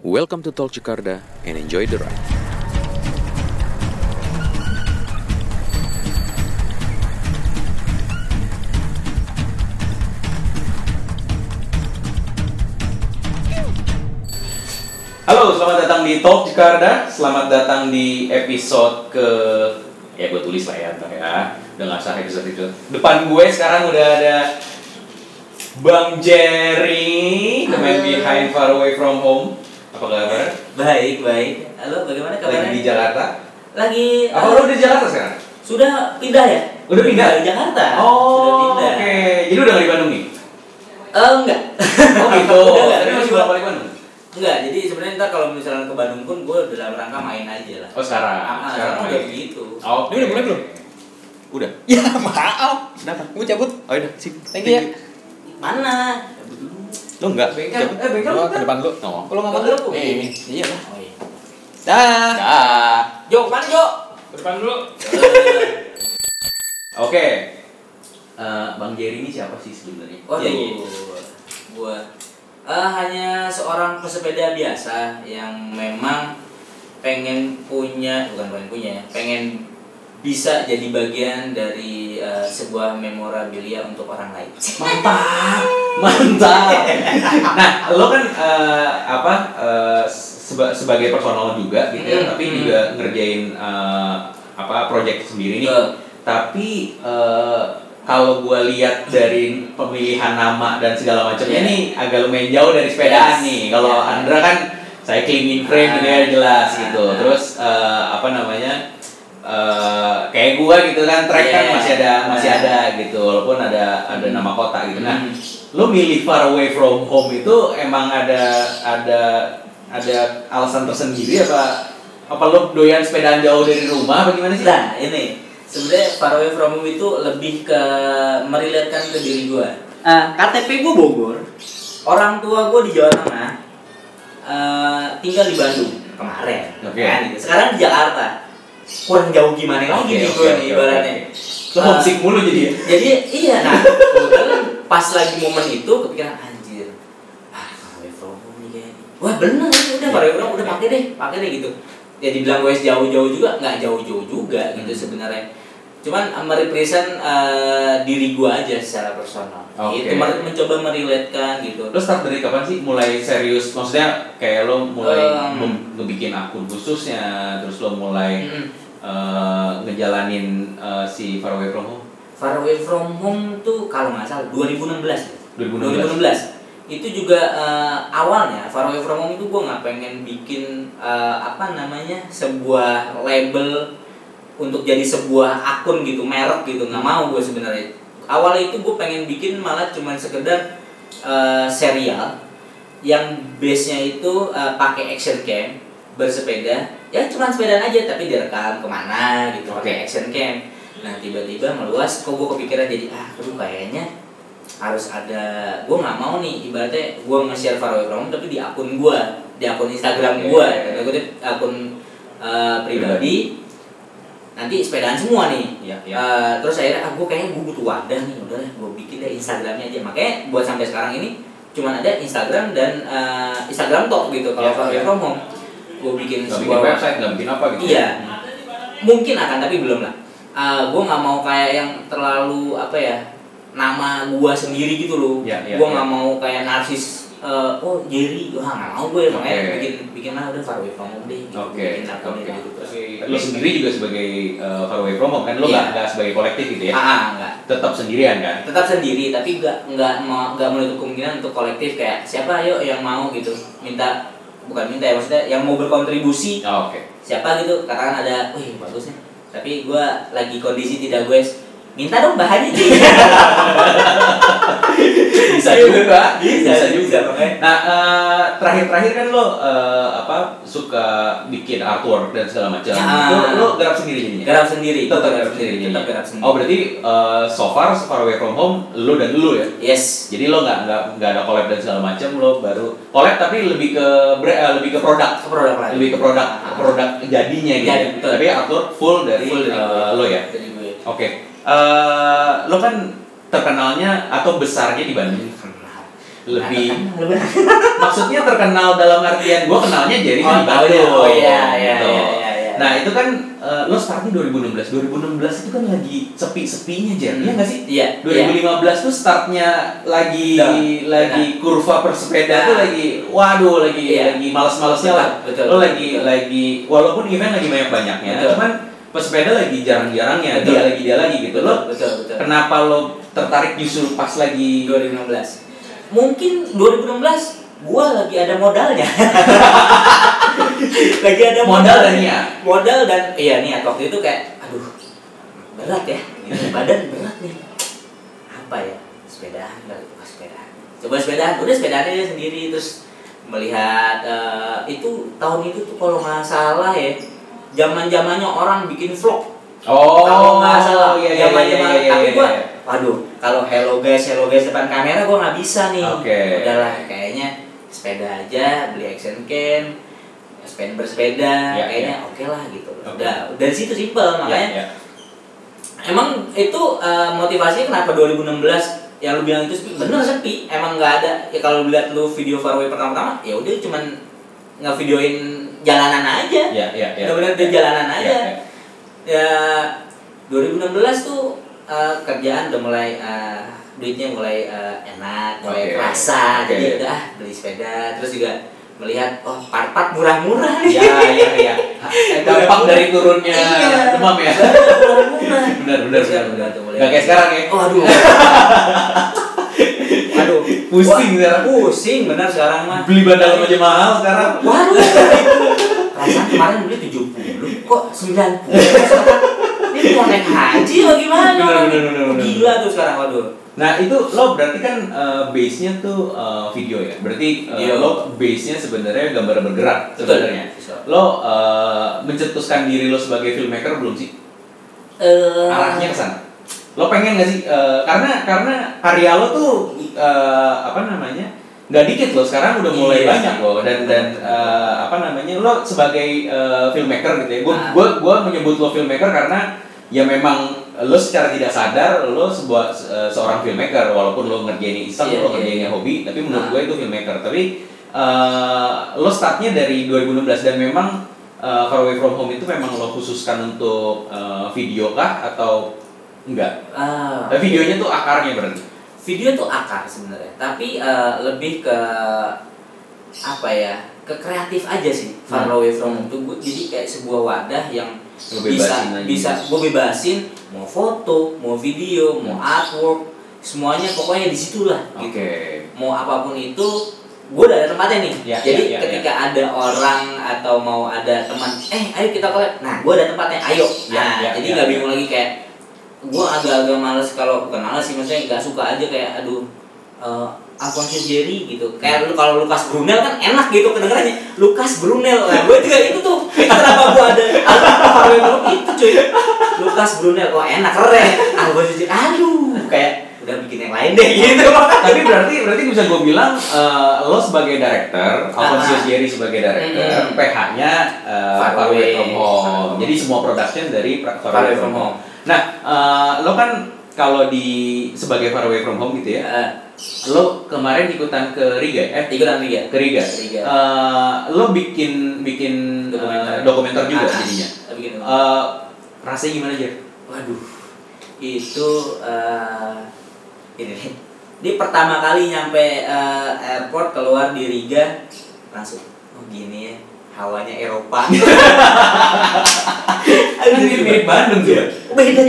Welcome to Tol Cikarda and enjoy the ride. Halo, selamat datang di Tol Cikarda. Selamat datang di episode ya gue tulis lah ya, ntar ya. Udah nggak usah episode. Depan gue sekarang udah ada Bang Jerry, the man behind Far Away From Home. Apa kabar? Baik. Halo, bagaimana kabarnya? Lagi di Jakarta? Apa lo udah di Jakarta sekarang? Sudah pindah ya? Udah pindah? Di Jakarta. Oh, sudah pindah. Oke. Jadi udah nggak di Bandung nih? Enggak. Oh gitu. Udah enggak. Tapi masih bolak balik Bandung? Enggak, jadi sebenarnya ntar kalau misalnya ke Bandung pun gue dalam rangka main aja lah. Oh sekarang? Sekarang udah begitu. Oh, Ini udah mulai belum? Udah. Ya maaf. Kenapa? Gue cabut. Oh udah. Sip. Thank you ya. Mana? Lo enggak? Bengkel. Cabut. Bengkel Gua bukan? ke depan lu. Oh. Kalau nggak Bengkel mau lu? Iya lah. Oh iya. Dah. Dah. Jok, mana Jok? Ke depan dulu. Oke. Bang Jerry ini siapa sih sebenarnya? Waduh. Gua hanya seorang pesepeda biasa yang memang pengen bisa jadi bagian dari sebuah memorabilia untuk orang lain. Mantap. Nah, lo kan sebagai personal juga gitu ya, tapi juga ngerjain project sendiri nih. Tapi kalau gue lihat dari pemilihan nama dan segala macamnya nih agak lumayan jauh dari sepedaan nih. Kalau Andra kan cycling in frame gitu ya jelas gitu. Terus kayak gua gitu kan track kan masih ada gitu walaupun ada nama kota gitu. Nah, lo milih Far Away From Home itu emang ada alasan tersendiri apa lo doyan sepedaan jauh dari rumah apa gimana sih? Nah, ini sebenarnya Far Away From Home itu lebih ke meriletkan ke diri gua. KTP gua Bogor. Orang tua gua di Jawa Tengah. Tinggal di Bandung kemarin. Kan, gitu. Sekarang di Jakarta. Kurang jauh gimana lagi gitu nih ibaratnya. Lo homesick mulu jadi ya? Jadi iya, nah kebetulan pas lagi momen itu kepikiran anjir. Far Away From Home nih kayaknya. Wah bener itu udah Far Away From Home udah pakai deh gitu. Ya dibilang gue jauh-jauh juga, nggak jauh-jauh juga gitu sebenarnya. Cuman merepresent diri gue aja secara personal. Itu mencoba meriletkan gitu. Lo start dari kapan sih mulai serius? Maksudnya kayak lo mulai ngebikin akun khususnya, terus lo mulai ngejalanin si Far Away From Home? Far Away From Home tuh kalau nggak salah 2016. 2016. Itu juga awalnya Far Away From Home itu gue nggak pengen bikin sebuah label untuk jadi sebuah akun gitu, merek gitu, nggak mau gue sebenarnya. Awalnya itu gue pengen bikin malah cuman sekedar serial yang base-nya itu pakai action cam, bersepeda, ya cuman sepedaan aja tapi direkam kemana gitu, pakai action cam. Nah tiba-tiba meluas, kok gue kepikiran jadi kayaknya harus ada, gue nggak mau nih ibaratnya gue nge-share Far Away From Home tapi di akun gue, di akun Instagram gue, akun pribadi. Nanti sepedaan semua nih. Terus akhirnya gue kayaknya gue butuh wadah nih, udah gue bikin deh Instagramnya aja. Makanya buat sampai sekarang ini cuma ada Instagram dan Instagram Talk gitu. Kalau Far Away From Home gue bikin sebuah website, nggak bikin apa gitu. Iya, mungkin akan tapi belum lah. Gue nggak mau kayak yang terlalu nama gue sendiri gitu loh. Gue nggak mau kayak narsis. Jerry, nggak mau gue makanya bikin lah udah Far Away From Home deh. Bikin akun gitu. Lo sendiri juga sebagai Far Away From Home kan, lo nggak sebagai kolektif gitu ya? Nggak. Tetap sendirian kan? Tetap sendiri, tapi nggak menutup kemungkinan untuk kolektif kayak siapa ayo yang mau gitu, bukan minta ya maksudnya yang mau berkontribusi. Siapa gitu, katakan ada, wih bagus nih. Tapi gue lagi kondisi tidak gue minta dong bahannya sih. Bisa juga. Makanya. Nah, terakhir kan lo suka bikin artwork dan segala macam. Itu lo garap sendiri jadinya? Garap sendiri. Tetap garap sendiri. Oh, berarti so far Away From Home lo dan lo ya? Yes. Jadi lo nggak ada collab dan segala macam, lo baru collab tapi lebih ke produk. Lebih ke produk jadinya gitu. Tapi artwork full dari lo ya? Lo kan terkenalnya atau besarnya di Bandung? lebih maksudnya terkenal dalam artian gue kenalnya Jerry kan di Bandung. Oh iya. Nah itu kan lo startnya 2016 itu kan lagi sepi-sepinya Jerry, iya nggak sih? Iya. 2015 tuh startnya lagi kurva bersepeda tuh lagi lagi malas-malasnya lah. Betul. Lo lagi walaupun event lagi banyak-banyaknya, cuman pesepeda lagi jarang-jarangnya, dia lagi gitu. Betul. Kenapa lo tertarik justru pas lagi 2016? Mungkin 2016 gua lagi ada modalnya. Lagi ada modal dan niat. Modal dan niat waktu itu kayak aduh berat ya. Badan berat nih. Apa ya? Sepedaan kali. Coba sepedaan. Udah sepedaan aja sendiri terus melihat itu tahun itu tuh kalau nggak salah ya zaman-zamannya orang bikin vlog. Kalau nggak salah zaman-zaman tapi gua waduh, kalau hello guys depan kamera gue nggak bisa nih. Udahlah, kayaknya sepeda aja, beli action cam, bersepeda, kayaknya oke lah gitu. Udah dari situ simpel, makanya. Emang itu motivasinya kenapa 2016 yang lu bilang itu sepi? Bener sepi, emang nggak ada. Ya kalau lihat lu video Faraway pertama, ya udah cuman ngevideoin jalanan aja. Bener-bener di jalanan aja. Ya 2016 tuh kerjaan udah mulai duitnya mulai enak, mulai kerasa, jadi udah beli sepeda, terus juga melihat part-part murah-murah nih. Iya. Dampak dari turunnya demam ya. Benar. Gak kayak sekarang ya. Aduh, pusing sekarang. Pusing benar sekarang mah. Beli bandal aja mahal sekarang. Waduh. Perasaan kemarin beli 70, kok 90. Ini mau naik haji atau gimana? Bener. Gila tuh sekarang, waduh. Nah itu lo berarti kan base-nya tuh video ya. Berarti lo base-nya sebenarnya gambar bergerak sebenarnya. Lo mencetuskan diri lo sebagai filmmaker belum sih? Arahnya ke sana. Lo pengen nggak sih? Karena karya lo tuh nggak dikit lo sekarang udah mulai banyak lo dan lo sebagai filmmaker gitu ya. Gue menyebut lo filmmaker karena ya memang lo secara tidak sadar lo seorang filmmaker walaupun lo ngerjainnya iseng, lo ngerjainnya hobi, tapi menurut gue itu filmmaker. Tapi lo startnya dari 2016 dan memang Far Away From Home itu memang lo khususkan untuk video kah atau enggak? Tapi videonya tuh akarnya berarti. Video tuh akar sebenarnya, tapi lebih ke ke kreatif aja sih. Far Away From Home tuh jadi kayak sebuah wadah yang bisa gue bebasin mau foto, mau video, mau artwork, semuanya pokoknya di situlah gitu. Mau apapun itu gue udah ada tempatnya nih. Jadi ketika ada orang atau mau ada teman, ayo kita collab. Nah, gue ada tempatnya, ayo. Jadi nggak bingung lagi kayak gue agak males, bukan males sih, maksudnya nggak suka aja kayak Alphonsus Jerry gitu. Kayak kalau Lucas Brunel kan enak gitu kedengarannya. Lucas Brunel. Nah, gue juga itu tuh. Kenapa gue ada itu cuy. Lucas Brunel. Wah, enak, keren. Alphonsus Jerry. Aduh, kayak udah bikin yang lain deh gitu. Tapi berarti bisa gue bilang lo sebagai director, Alphonsus Jerry sebagai director, PH-nya Far Away From Home. Jadi semua production dari Far Away From Home. Nah, lo kan kalau sebagai Far Away From Home gitu ya. Lo kemarin ikutan ke Riga ya? Ke Riga. Lo bikin dokumenter juga jadinya. Rasanya gimana aja? Waduh, itu ini pertama kali nyampe airport keluar di Riga langsung gini ya, hawanya Eropa. Kan mirip Bandung juga. Beda.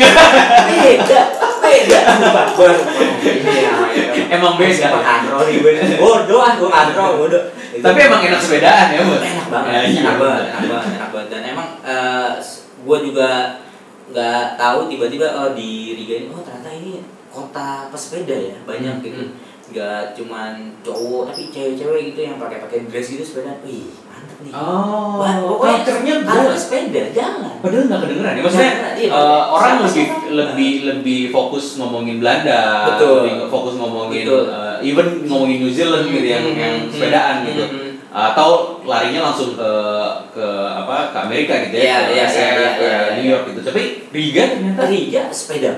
Emang beda. Kanro nih gue. Bodoh bodoh. Tapi emang enak sepedaan ya, Bu. Enak banget. Dan emang gue juga nggak tahu tiba-tiba di Riga ini ternyata ini kota pesepeda ya, banyak gitu. Nggak cuman cowok tapi cewek-cewek gitu yang pakai dress gitu sepeda. Wih, mantep nih. Pokoknya kalau sepeda jangan. Padahal nggak kedengeran ya. Maksudnya orang lebih fokus ngomongin Belanda, lebih fokus ngomongin even ngomongin New Zealand gitu yang sepedaan gitu. Atau larinya langsung ke Amerika gitu ya, New York gitu. Tapi Riga ternyata sepeda banget.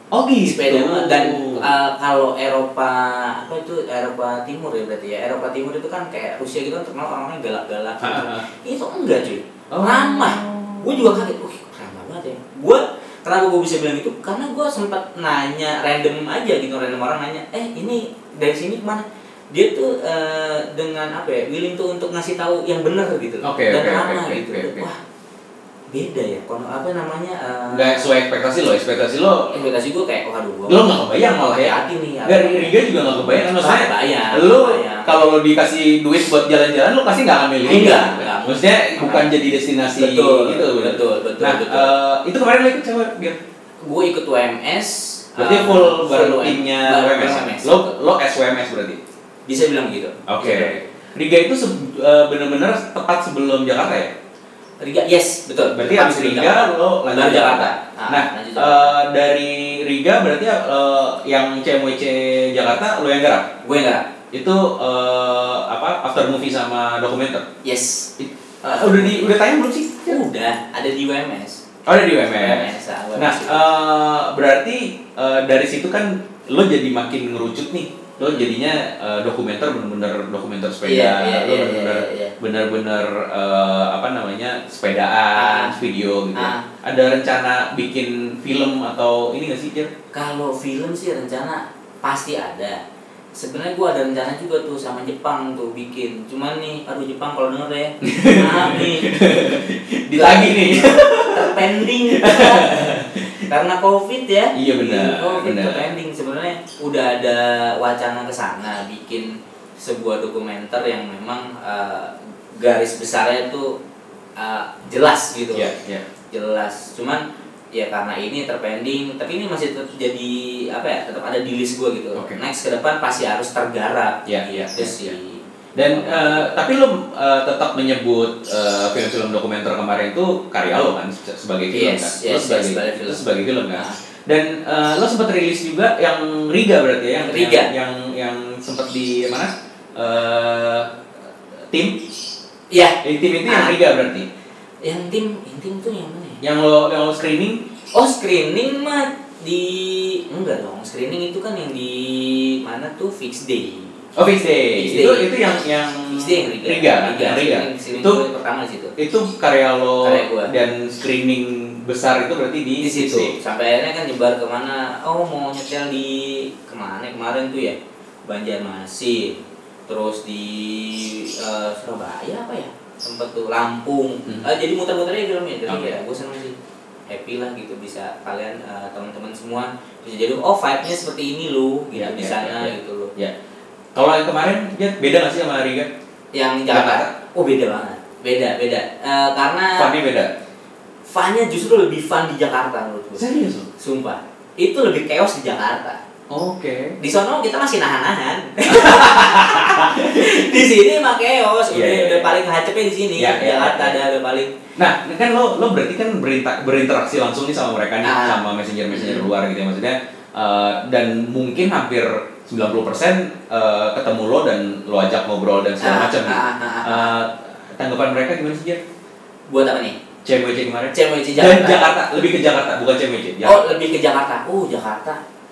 Oh gitu. Sepeda dan kalau Eropa apa itu Eropa Timur ya berarti ya. Eropa Timur itu kan kayak Rusia gitu kan terkenal orangnya galak-galak. Itu enggak cuy. Ramah. Gue juga kaget. Ramah banget ya. Kenapa gue bisa bilang gitu? Karena gue sempat nanya random aja gitu, random orang nanya, ini dari sini kemana? Dia tuh dengan apa ya, willing tuh untuk ngasih tahu yang benar gitu, dan ramah gitu. Wah, beda ya. Kalau apa namanya? Nggak sesuai ekspektasi lo. Ekspektasi gue kayak, lo nggak kebayang malah ya. Hati nih. Dari Riga juga nggak kebayang kan maksudnya. Lo kalau lo dikasih duit buat jalan-jalan, lo pasti nggak akan milih Riga. Maksudnya bukan jadi destinasi gitu. Betul. Nah, itu kemarin lo ikut coba biar. Gue ikut WMS. Berarti full bareng timnya WMS. Lo SWMS berarti. Bisa bilang gitu. Oke. Riga itu benar-benar tepat sebelum Jakarta ya? Riga, yes, betul. Berarti habis Riga lo lanjut Jakarta. Nah, dari Riga berarti yang CMWC Jakarta lo yang garap? Gue yang garap. Itu after movie sama dokumenter? Yes. Udah tayang belum sih? Udah, ada di WMS. Oh, ada di WMS. Nah, berarti dari situ kan lo jadi makin ngerucut nih. Lo jadinya dokumenter bener-bener dokumenter sepeda, lo bener-bener sepedaan, video gitu. Ada rencana bikin film atau ini nggak sih, Jer? Kalau film sih rencana pasti ada. Sebenarnya gue ada rencana juga tuh sama Jepang tuh bikin. Cuman nih, aduh Jepang kalau denger ya, maaf nih. Ditagi nih. Terpending. Karena COVID ya. Iya benar. COVID terpending. Sebenarnya udah ada wacana ke sana bikin sebuah dokumenter yang memang garis besarnya tuh jelas gitu. Iya. Jelas. Cuman ya karena ini terpending, tapi ini masih tetap jadi tetap ada di list gue gitu. Next ke depan pasti harus tergarap. Iya. Sih. Dan tapi lo tetap menyebut film-film dokumenter kemarin itu karya lo kan sebagai film kan? Lo sebagai film kan? Dan lo sempat rilis juga yang Riga berarti ya? Yang sempat di mana? Tim? Iya. Tim itu yang Riga berarti? Yang tim tuh yang mana ya? Yang lo screening? Oh, screening mah enggak dong. Screening itu kan yang di mana tuh Fix Day. Oh, Fix Day. Itu yang Fix Day Riga. Itu pertama di situ. Itu karya lo dan screening besar itu berarti di situ. Sampai akhirnya kan nyebar kemana? Oh, mau nyetel di kemana kemarin tuh ya? Banjarmasin. Terus di Surabaya apa ya? Sempat tuh Lampung. Jadi muter-muternya filmnya. Jadi ya gue seneng sih. Happy lah gitu bisa kalian teman-teman semua bisa jadi vibe-nya seperti ini lu gitu di sana gitu loh. Ya. Kalau yang kemarin beda nggak sih sama Riga? Yang Jakarta? Oh, beda banget. Beda. Karena Funnya beda. Funnya justru lebih fun di Jakarta menurut gue. Serius? Sumpah. Itu lebih chaos di Jakarta. Oke. Di sono kita masih nahan-nahan. Di sini mah chaos. Udah paling hacepnya di sini. Jakarta udah paling. Nah, kan lo berarti kan berinteraksi langsung nih sama mereka nih, sama messenger luar gitu ya maksudnya. Dan mungkin hampir 90% ketemu lo dan lo ajak ngobrol dan segala macam. Tanggapan mereka gimana sih, Jer? Buat apa nih? CMWC kemarin? CMWC Jakarta. Dan Jakarta, lebih ke Jakarta, bukan CMWC. Oh, lebih ke Jakarta. Jakarta.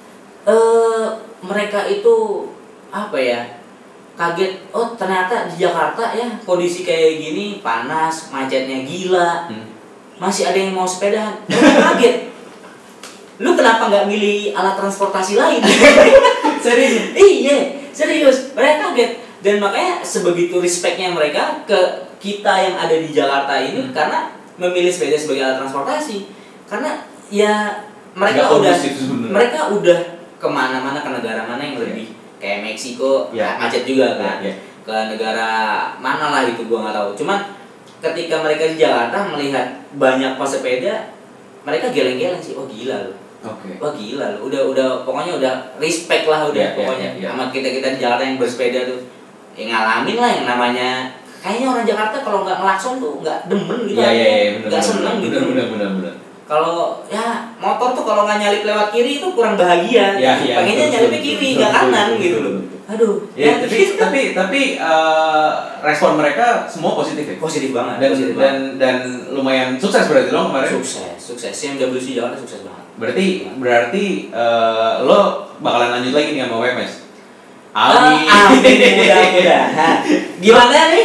Mereka itu apa ya? Kaget. Oh, ternyata di Jakarta ya kondisi kayak gini, panas, macetnya gila. Masih ada yang mau sepedahan. Mereka kaget. Lu kenapa nggak milih alat transportasi lain? Serius? Iya, serius. Mereka kaget. Dan makanya sebegitu respectnya mereka ke kita yang ada di Jakarta ini karena memilih sepeda sebagai alat transportasi. Karena ya mereka udah kemana-mana, ke negara mana yang lebih kayak Meksiko, macet juga kan. Ke negara mana lah itu gua nggak tahu. Cuman ketika mereka di Jakarta melihat banyak pesepeda, mereka geleng-geleng sih. Oh gila loh. Wah gila loh. Udah pokoknya udah respect lah pokoknya. Sama kita di Jakarta yang bersepeda tuh. Ngalamin lah yang namanya kayaknya orang Jakarta kalau nggak ngelakson tuh nggak demen gitu. Nggak seneng gitu. Bener. Kalau ya motor tuh kalau nggak nyalip lewat kiri itu kurang bahagia. Pengennya nyalipnya kiri, nggak kanan gitu loh. Aduh. Ya, tapi respon mereka semua positif ya. Positif banget. Dan lumayan sukses berarti lo kemarin. Sukses. CMWC Jakarta sukses banget. Berarti lo bakalan lanjut lagi nih sama WMS. Amin. Mudah-mudahan. Gimana nih?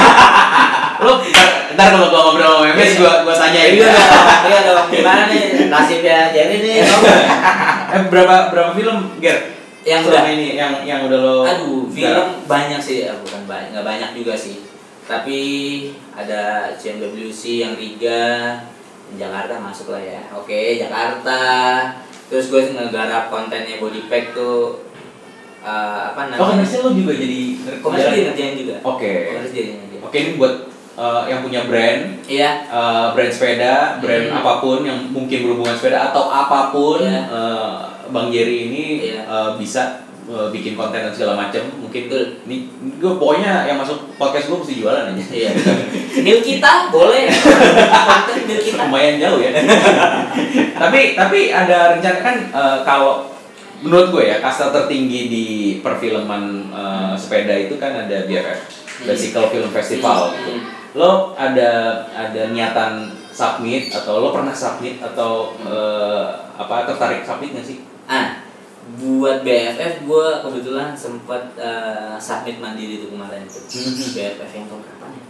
Lo ntar kalau gua ngobrol sama WMS gua tanyain. Iya dong. Gimana nih nasibnya Jerry nih? Berapa film, Ger? Yang selama udah ini yang udah lo. Aduh, film banyak sih, bukan banyak, nggak banyak juga sih. Tapi ada CMWC yang Riga, Jakarta masuk lah ya. Oke, Jakarta. Terus gue ngegarap kontennya Body Pack tuh apa namanya? Oh, komersil lo juga jadi komersil dia ngerjain juga. Oke. Komersil dia ngerjain. Oke, ini buat yang punya brand. Iya. Brand sepeda, brand apapun yang mungkin berhubungan sepeda atau apapun. Iya. Bang Jerry ini bisa bikin konten dan segala macam. Mungkin ini gue pokoknya yang masuk podcast gue mesti jualan aja. Iya. Deal kita boleh. Konten deal kita. Lumayan jauh ya. tapi ada rencana kan kalau menurut gue ya kasta tertinggi di perfilman sepeda itu kan ada BFF, Bicycle Film Festival gitu. Lo ada niatan submit atau lo pernah submit atau tertarik submit nggak sih? Buat BFF gue kebetulan sempat submit mandiri itu kemarin tuh. BFF yang tahun berapa nih?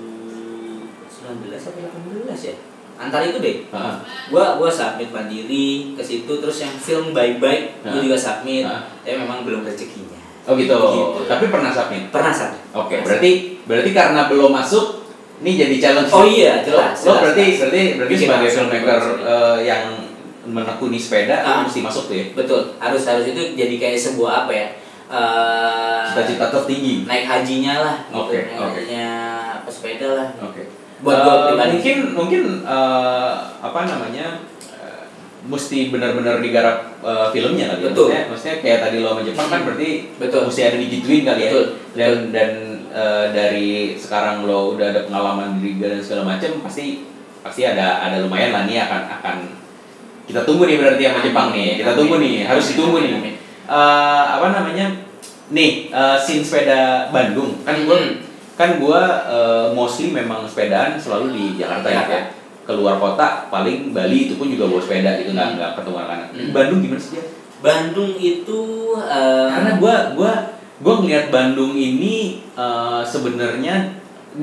2019 atau 2018 ya? Antara itu deh. Gua submit mandiri ke situ, terus yang film Bye-Bye gue juga submit. Tapi memang belum rezekinya. Oh gitu. Tapi pernah submit? Pernah submit. Oke, berarti karena belum masuk ini jadi challenge. Oh iya, jelas. Lo berarti sebagai filmmaker yang menekuni sepeda mesti masuk tuh ya. Betul, harus itu jadi kayak sebuah apa ya? Cita-cita tertinggi. Naik hajinya lah. Oke. Hajinya apa sepeda lah. Oke. Buat gue pribadi. Mungkin mesti benar-benar digarap filmnya kali. Betul. Maksudnya kayak tadi lo sama Jepang kan berarti betul. Mesti ada digituin kali ya. Betul. Dan dari sekarang lo udah ada pengalaman di Liga dan segala macam pasti ada lumayan lah nih akan kita tunggu nih berarti sama Jepang nih. Kita tunggu nih, harus ditunggu nih. Scene sepeda Bandung kan gue mostly memang sepedaan selalu di Jakarta ya. Keluar kota paling Bali itu pun juga bawa sepeda gitu nggak ketemu anak-anak. Bandung gimana sih dia? Bandung itu karena gue ngelihat Bandung ini sebenarnya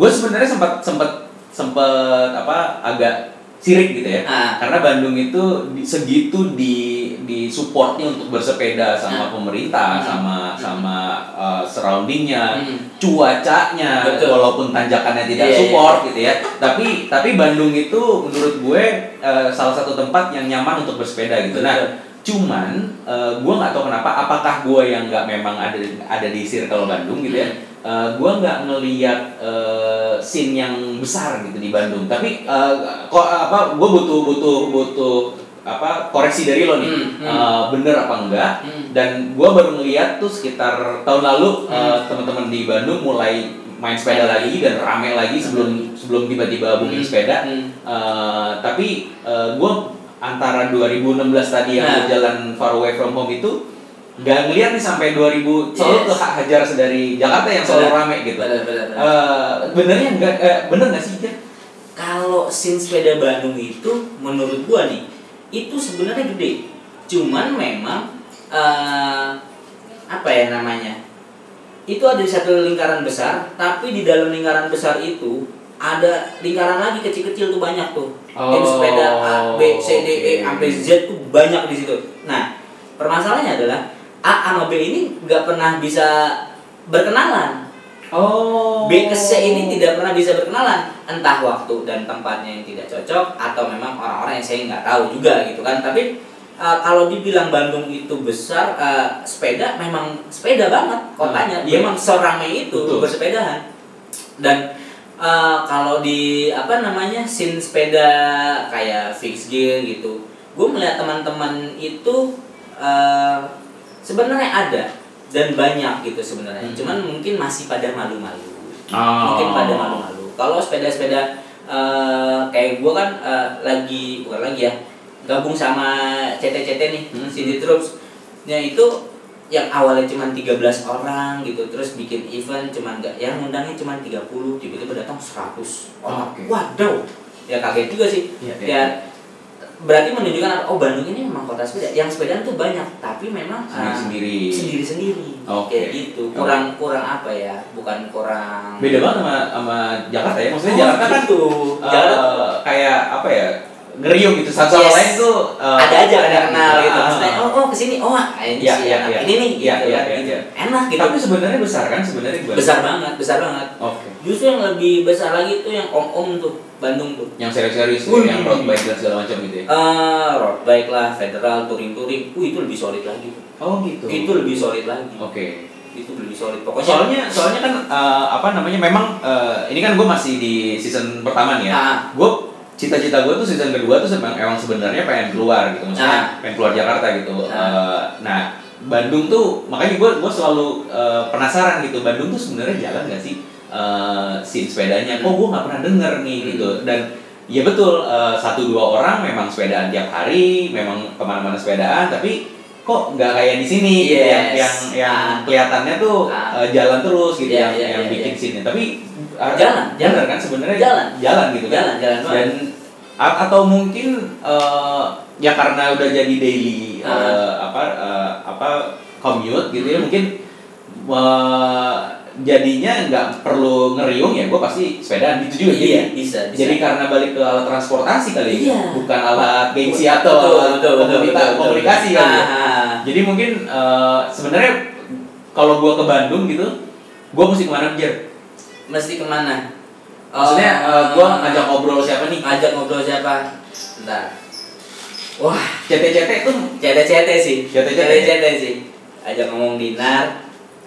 sempat agak sirik gitu ya. Karena Bandung itu segitu di supportnya untuk bersepeda sama pemerintah, sama surroundingnya, cuacanya, walaupun tanjakannya tidak support gitu ya. Tapi Bandung itu menurut gue salah satu tempat yang nyaman untuk bersepeda gitu. Nah, cuman gue nggak tahu kenapa, apakah gue yang nggak memang ada di circle Bandung gitu ya. Gue nggak ngelihat scene yang besar gitu di Bandung, tapi gue butuh koreksi dari lo nih, bener apa enggak? Dan gue baru ngelihat tuh sekitar tahun lalu teman-teman di Bandung mulai main sepeda lagi dan rame lagi sebelum tiba-tiba booming sepeda. Tapi gue antara 2016 tadi yang jalan Far Away From Home itu nggak ngeliat nih sampai 2000 selalu ke Hajar dari Jakarta yang selalu rame gitu. Benernya bener nggak sih Jan? Kalau scene sepeda Bandung itu menurut gua nih itu sebenarnya gede. Cuman memang itu ada di satu lingkaran besar, tapi di dalam lingkaran besar itu ada lingkaran lagi kecil-kecil tuh banyak tuh. Tim sepeda A, B, C, D, E sampai Z tuh banyak di situ. Nah, permasalahannya adalah A sama B ini nggak pernah bisa berkenalan. B ke C ini tidak pernah bisa berkenalan. Entah waktu dan tempatnya yang tidak cocok atau memang orang-orang yang saya nggak tahu juga gitu kan. Tapi kalau dibilang Bandung itu besar, sepeda memang sepeda banget kotanya. Memang seramai itu bersepedahan. Dan kalau di scene sepeda kayak fixed gear gitu, gue melihat teman-teman itu sebenarnya ada dan banyak gitu sebenarnya. Cuman mungkin masih pada malu-malu. Kalau sepeda-sepeda kayak gue kan bukan lagi ya, gabung sama CT-CT nih, City Troops. Ya itu yang awalnya cuma 13 orang gitu, terus bikin event cuman enggak, yang undangnya cuma 30, tiba-tiba datang 100 orang. Oke. Waduh, ya kaget juga sih. Ya berarti menunjukkan apa? Oh, Bandung ini memang kota sepeda. Yang sepedaan tuh banyak, tapi memang sendiri-sendiri. Kayak gitu. Kurang apa ya? Bukan kurang. Beda banget sama Jakarta ya. Maksudnya Jakarta kan tuh. Kayak apa ya? Ngeriung gitu, satu sama lain tuh ada aja ada kenal gitu. Maksudnya kesini, ini sih ini nih gitu. Enak gitu. Tapi sebenarnya besar kan sebenarnya. Besar banget. Oke. Justru yang lebih besar lagi tuh yang om tuh, Bandung tuh. Yang serius-serius yang road bike dan segala macam gitu ya. Road bike lah, federal, touring. Itu lebih solid lagi tuh. Oh gitu. Itu lebih solid lagi. Oke. Itu lebih solid. Pokoknya soalnya kan memang ini kan gue masih di season pertama nih ya. Gue cita-cita gue tuh season kedua tuh emang sebenarnya pengen keluar gitu, maksudnya pengen keluar Jakarta gitu. Nah, Bandung tuh makanya gue selalu penasaran gitu, Bandung tuh sebenarnya jalan nggak sih scene sepedanya? Kok gue nggak pernah denger nih gitu. Dan ya betul, 1-2 orang memang sepedaan tiap hari, memang kemana-mana sepedaan, tapi kok nggak kayak di sini gitu, yang kelihatannya tuh jalan terus gitu, yang bikin scene-nya. Tapi jalan kan sebenarnya jalan gitu kan. Jalan. Dan atau mungkin ya karena udah jadi daily commute gitu ya, mungkin jadinya nggak perlu ngeriung ya, gue pasti sepedaan gitu juga. Bisa. Jadi karena balik ke alat transportasi kali, bukan alat gengsi atau komunikasi kali ya. Jadi mungkin sebenarnya kalau gue ke Bandung gitu, gue mesti kemana Jer? Mesti kemana? Maksudnya gue ngajak ngobrol siapa nih? Bentar. Wah, CT tuh CT sih. CT sih. Ajak ngomong Dinar,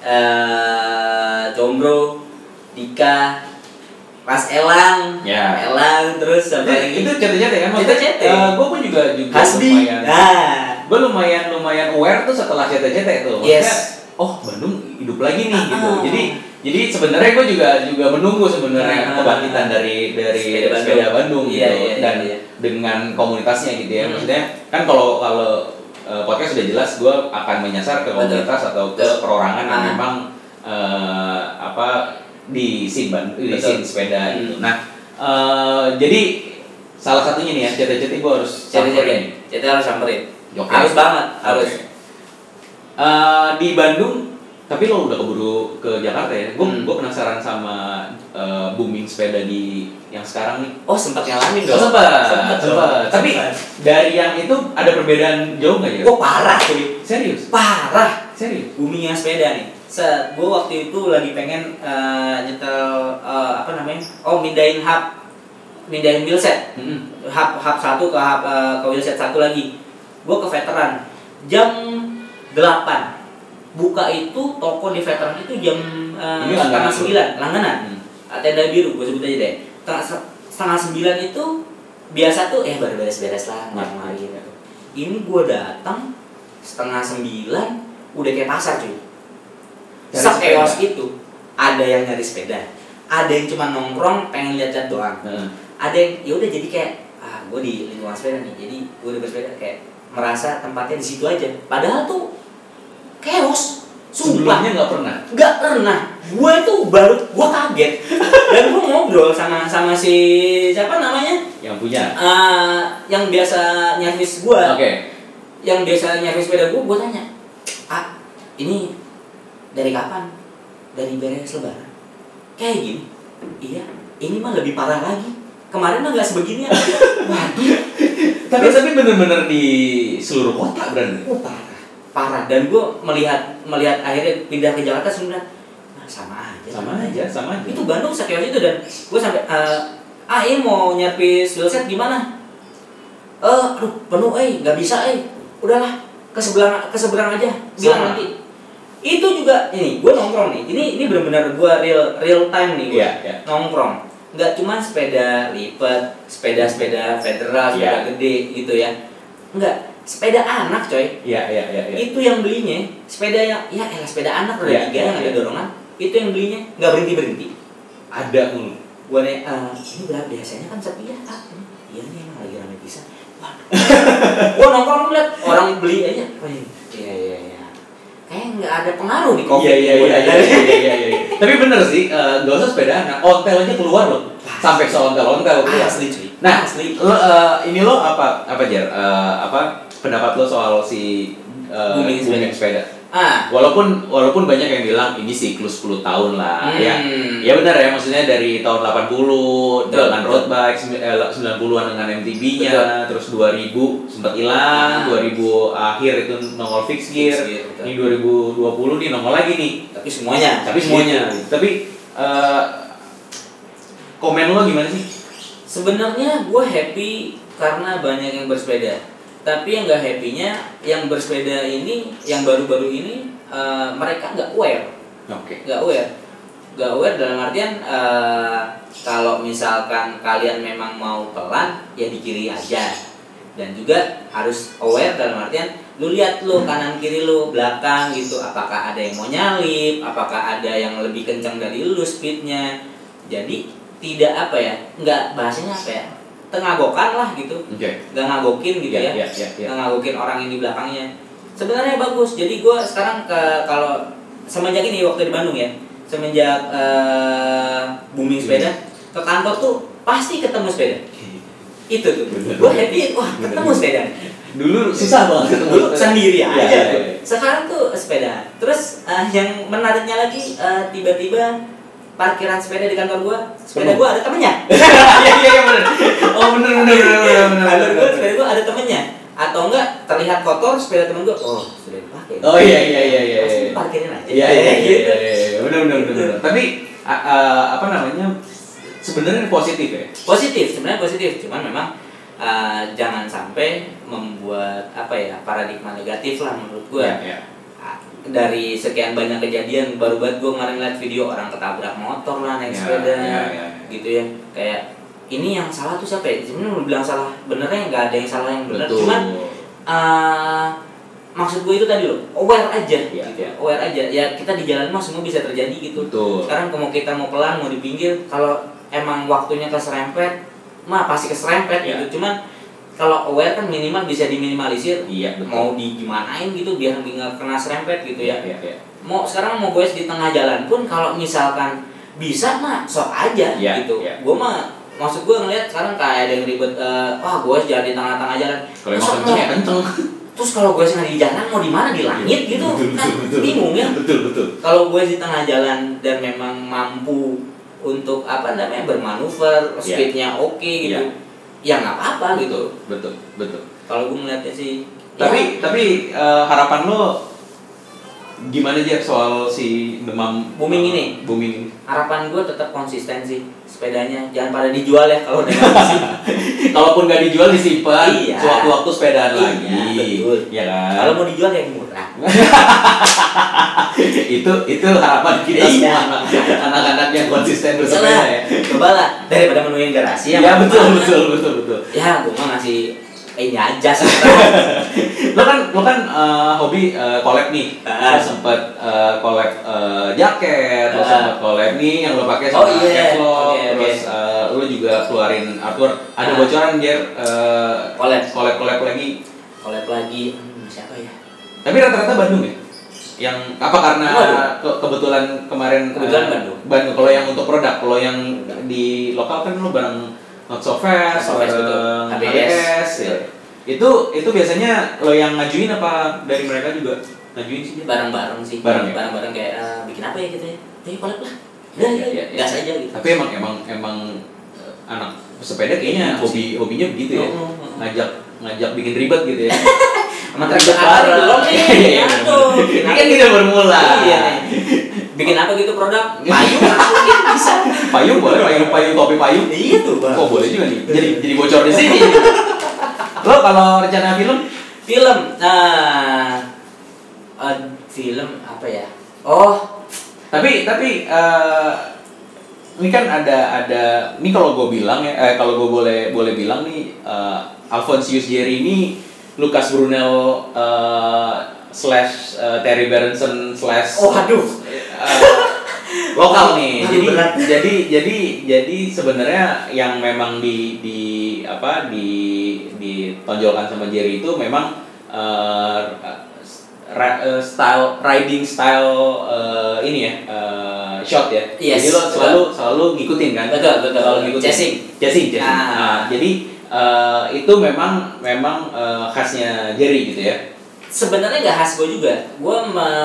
Combro, Dika, Mas Elang, terus apa lagi? Itu CT kan? CT. Gue pun juga Hasbi. Gue lumayan aware tuh setelah CT tuh. Yes. Oh, Bandung hidup lagi nih gitu. Jadi sebenarnya gue juga menunggu sebenarnya kebangkitan dari sepeda Bandung gitu. Dan dengan komunitasnya gitu ya. Maksudnya kan kalau podcast sudah jelas gue akan menyasar ke komunitas atau ke perorangan yang memang di scene sepeda gitu. Nah, jadi salah satunya nih ya, CT gue harus samperin. CT harus samperin. Harus banget, harus. Di Bandung, tapi lo udah keburu ke Jakarta ya. Gue penasaran sama booming sepeda di yang sekarang nih. Oh, sempat ngalamin dong. Sempat. Tapi dari yang itu ada perbedaan jauh nggak ya? Oh, parah cuy. Serius? Serius. Boomingnya sepeda nih. Gue waktu itu lagi pengen nyetel mindahin wheelset. Hub 1 ke wheelset 1 lagi. Gue ke veteran jam 8. Buka itu toko di veteran itu jam 8:30 langganan. Tenda biru gue sebut aja deh. Setengah 9 itu biasa tuh baru beres-beres lah gitu. Ini gue datang setengah 9 udah kayak pasar cuy. Sekeos itu. Ada yang nyari sepeda, ada yang cuma nongkrong pengen lihat doang. Ada yang ya udah jadi kayak gue di lingkungan sepeda nih. Jadi gue udah bersepeda kayak merasa tempatnya di situ aja. Padahal tuh chaos. Sebelumnya nggak pernah. Gue kaget. Dan gue ngobrol sama si siapa namanya? Yang punya. Yang biasa nyervis gue. Oke. Yang biasa nyervis sepeda gue tanya, ini dari kapan? Dari beres Lebaran. Kayak gini. Iya. Ini mah lebih parah lagi. Kemarin mah nggak sebeginian. Waduh. Tapi bener-bener di seluruh kota berarti. Parah. Dan gue melihat akhirnya pindah ke Jakarta sebenarnya sama aja. Itu Bandung sekian itu dan gue sampai ini mau nyervis wheelset gimana? Aduh penuh nggak bisa udahlah ke seberang aja bilang nanti. Itu juga ini gue nongkrong nih. Ini benar-benar gue real time nih gue nongkrong. Nggak cuma sepeda lipat, sepeda federal, sepeda gede gitu ya. Enggak. Sepeda anak coy. Iya. Itu yang belinya sepeda yang sepeda anak udah 3 yang ada dorongan. Itu yang belinya nggak berhenti. Ada gue nih ini berapa biasanya kan sepi ya. Iya nih emang lagi rame pisan. Waduh. Gue nongkrong liat orang beli aja. Iya. Kayak nggak ada pengaruh di COVID. Iya. Tapi bener sih, gak usah sepedaan. Ontel aja keluar loh. Sampai seontel-ontel. Asli cuy. Nah, asli. Ini lo apa Jer? Apa pendapat lo soal si booming sepeda? Walaupun banyak yang bilang ini siklus 10 tahun lah. Ya benar ya, maksudnya dari tahun 80 dengan road bike, 90-an dengan MTB-nya, terus 2000 sempat hilang, 2000 akhir itu nongol fixed gear. Ini 2020 nih nongol lagi nih. Tapi semuanya. Tapi komen lo gimana sih? Sebenarnya gue happy karena banyak yang bersepeda. Tapi yang nggak happy-nya, yang bersepeda ini, yang baru-baru ini, mereka nggak aware. Nggak aware dalam artian kalau misalkan kalian memang mau pelan, ya di kiri aja. Dan juga harus aware dalam artian, lu lihat lu kanan kiri lu, belakang gitu, apakah ada yang mau nyalip, apakah ada yang lebih kencang dari lu speednya. Jadi tidak nggak bahasanya tengagokan lah gitu, nggak ngagokin gitu ya. Nggak ngagokin orang yang di belakangnya. Sebenarnya bagus. Jadi gue sekarang kalau semenjak ini waktu di Bandung ya, semenjak booming sepeda, ke kantor tuh pasti ketemu sepeda. Itu tuh, gue happy, wah ketemu sepeda. Dulu susah banget ketemu. Dulu sendiri aja. Iya. Sekarang tuh sepeda. Terus yang menariknya lagi tiba-tiba parkiran sepeda di kantor gua, sepeda gua ada temennya. Iya benar. Oh benar. Kantor gua sepeda gua ada temennya. Atau enggak terlihat kotor sepeda temen gua, oh sudah dipakai. Oh iya. Pasti parkirin aja. Iya. Benar. Tapi apa namanya? Sebenarnya positif ya. Sebenarnya positif. Cuman memang jangan sampai membuat paradigma negatif lah menurut gua. Iya. Dari sekian banyak kejadian, baru banget gue kemarin lihat video orang ketabrak motor lah naik sepeda gitu ya. Kayak ini yang salah tuh siapa ya? Sebenarnya lu bilang salah, benernya nggak ada yang salah yang benar. Cuman maksud gue itu tadi loh, aware aja gitu ya. Aware aja. Ya kita di jalan mah semua bisa terjadi gitu. Betul. Sekarang kalau kita mau pelan, mau di pinggir, kalau emang waktunya keserempet, mah pasti keserempet gitu. Cuman kalau aware kan minimal bisa diminimalisir. Iya, betul. Mau digimanain gitu biar nggak kena serempet gitu ya. Iya. Sekarang mau goes di tengah jalan pun kalau misalkan bisa mah sok aja gitu. Gue mah maksud gue ngeliat sekarang kayak ada yang ribet, goes jalan di tengah-tengah jalan. Kalau emang kenceng ya kenceng. Terus kalau goes nggak di jalan mau di mana, di langit gitu. Betul. Bingung ya. Betul. Kalau goes di tengah jalan dan memang mampu untuk bermanuver, speednya oke gitu. Ya nggak apa-apa gitu. Betul. Kalau gue ngeliatnya sih. Tapi harapan lo gimana aja soal si demam booming ini? Harapan gue tetap konsistensi sepedanya, jangan pada dijual ya kalau udah sih. Kalaupun nggak dijual disimpan, sewaktu-waktu sepedaan lagi. Betul. Ya kan. Kalau mau dijual yang murah. itu harapan kita semua anak-anak yang konsisten bersepeda ya. Cobalah daripada menuin garasi ya. Betul. Ya, gue mah ngasih ini aja sih. Lo kan hobi collab nih. Sempet collab jaket, lo sempet collab nih yang lo pakai sama caps lo. Terus lo juga keluarin artwork. Ada bocoran biar collab lagi. Collab lagi siapa ya? Tapi rata-rata Bandung ya? Yang apa karena kebetulan kemarin Bandung. Kalau yang untuk produk, kalau yang di lokal kan lo bareng Not So Fast, bareng HBS ya. Itu biasanya lo yang ngajuin apa dari mereka juga ngajuin sih? Bareng-bareng sih. Bareng-bareng kayak bikin apa ya gitu ya? Ayo collab lah. Gas aja gitu. Tapi emang anak sepeda kayaknya hobinya begitu ya. Ngajak bikin ribet gitu ya. Sama ribet belum nih. Ini kan kita bermula. Iya. Bikin apa gitu produk? Payung mungkin bisa. Payung boleh, payung topi payung. Iya tuh, Bang. Oh, boleh juga nih. Jadi bocor di sini. Lo kalau rencana film apa ya? Oh, tapi ini kan ada ini kalau gue bilang ya, kalau gue boleh bilang nih, Alphonsius Jerry ini Lucas Brunel / Terry Berenson / lokal nih. Jadi sebenarnya yang memang ditonjolkan sama Jerry itu memang style riding style ini ya shot ya. Yes, jadi lo selalu ngikutin kan? Betul. Selalu ngikutin. Chasing. Jadi itu memang khasnya Jerry gitu ya. Sebenarnya nggak khas gue juga. Gue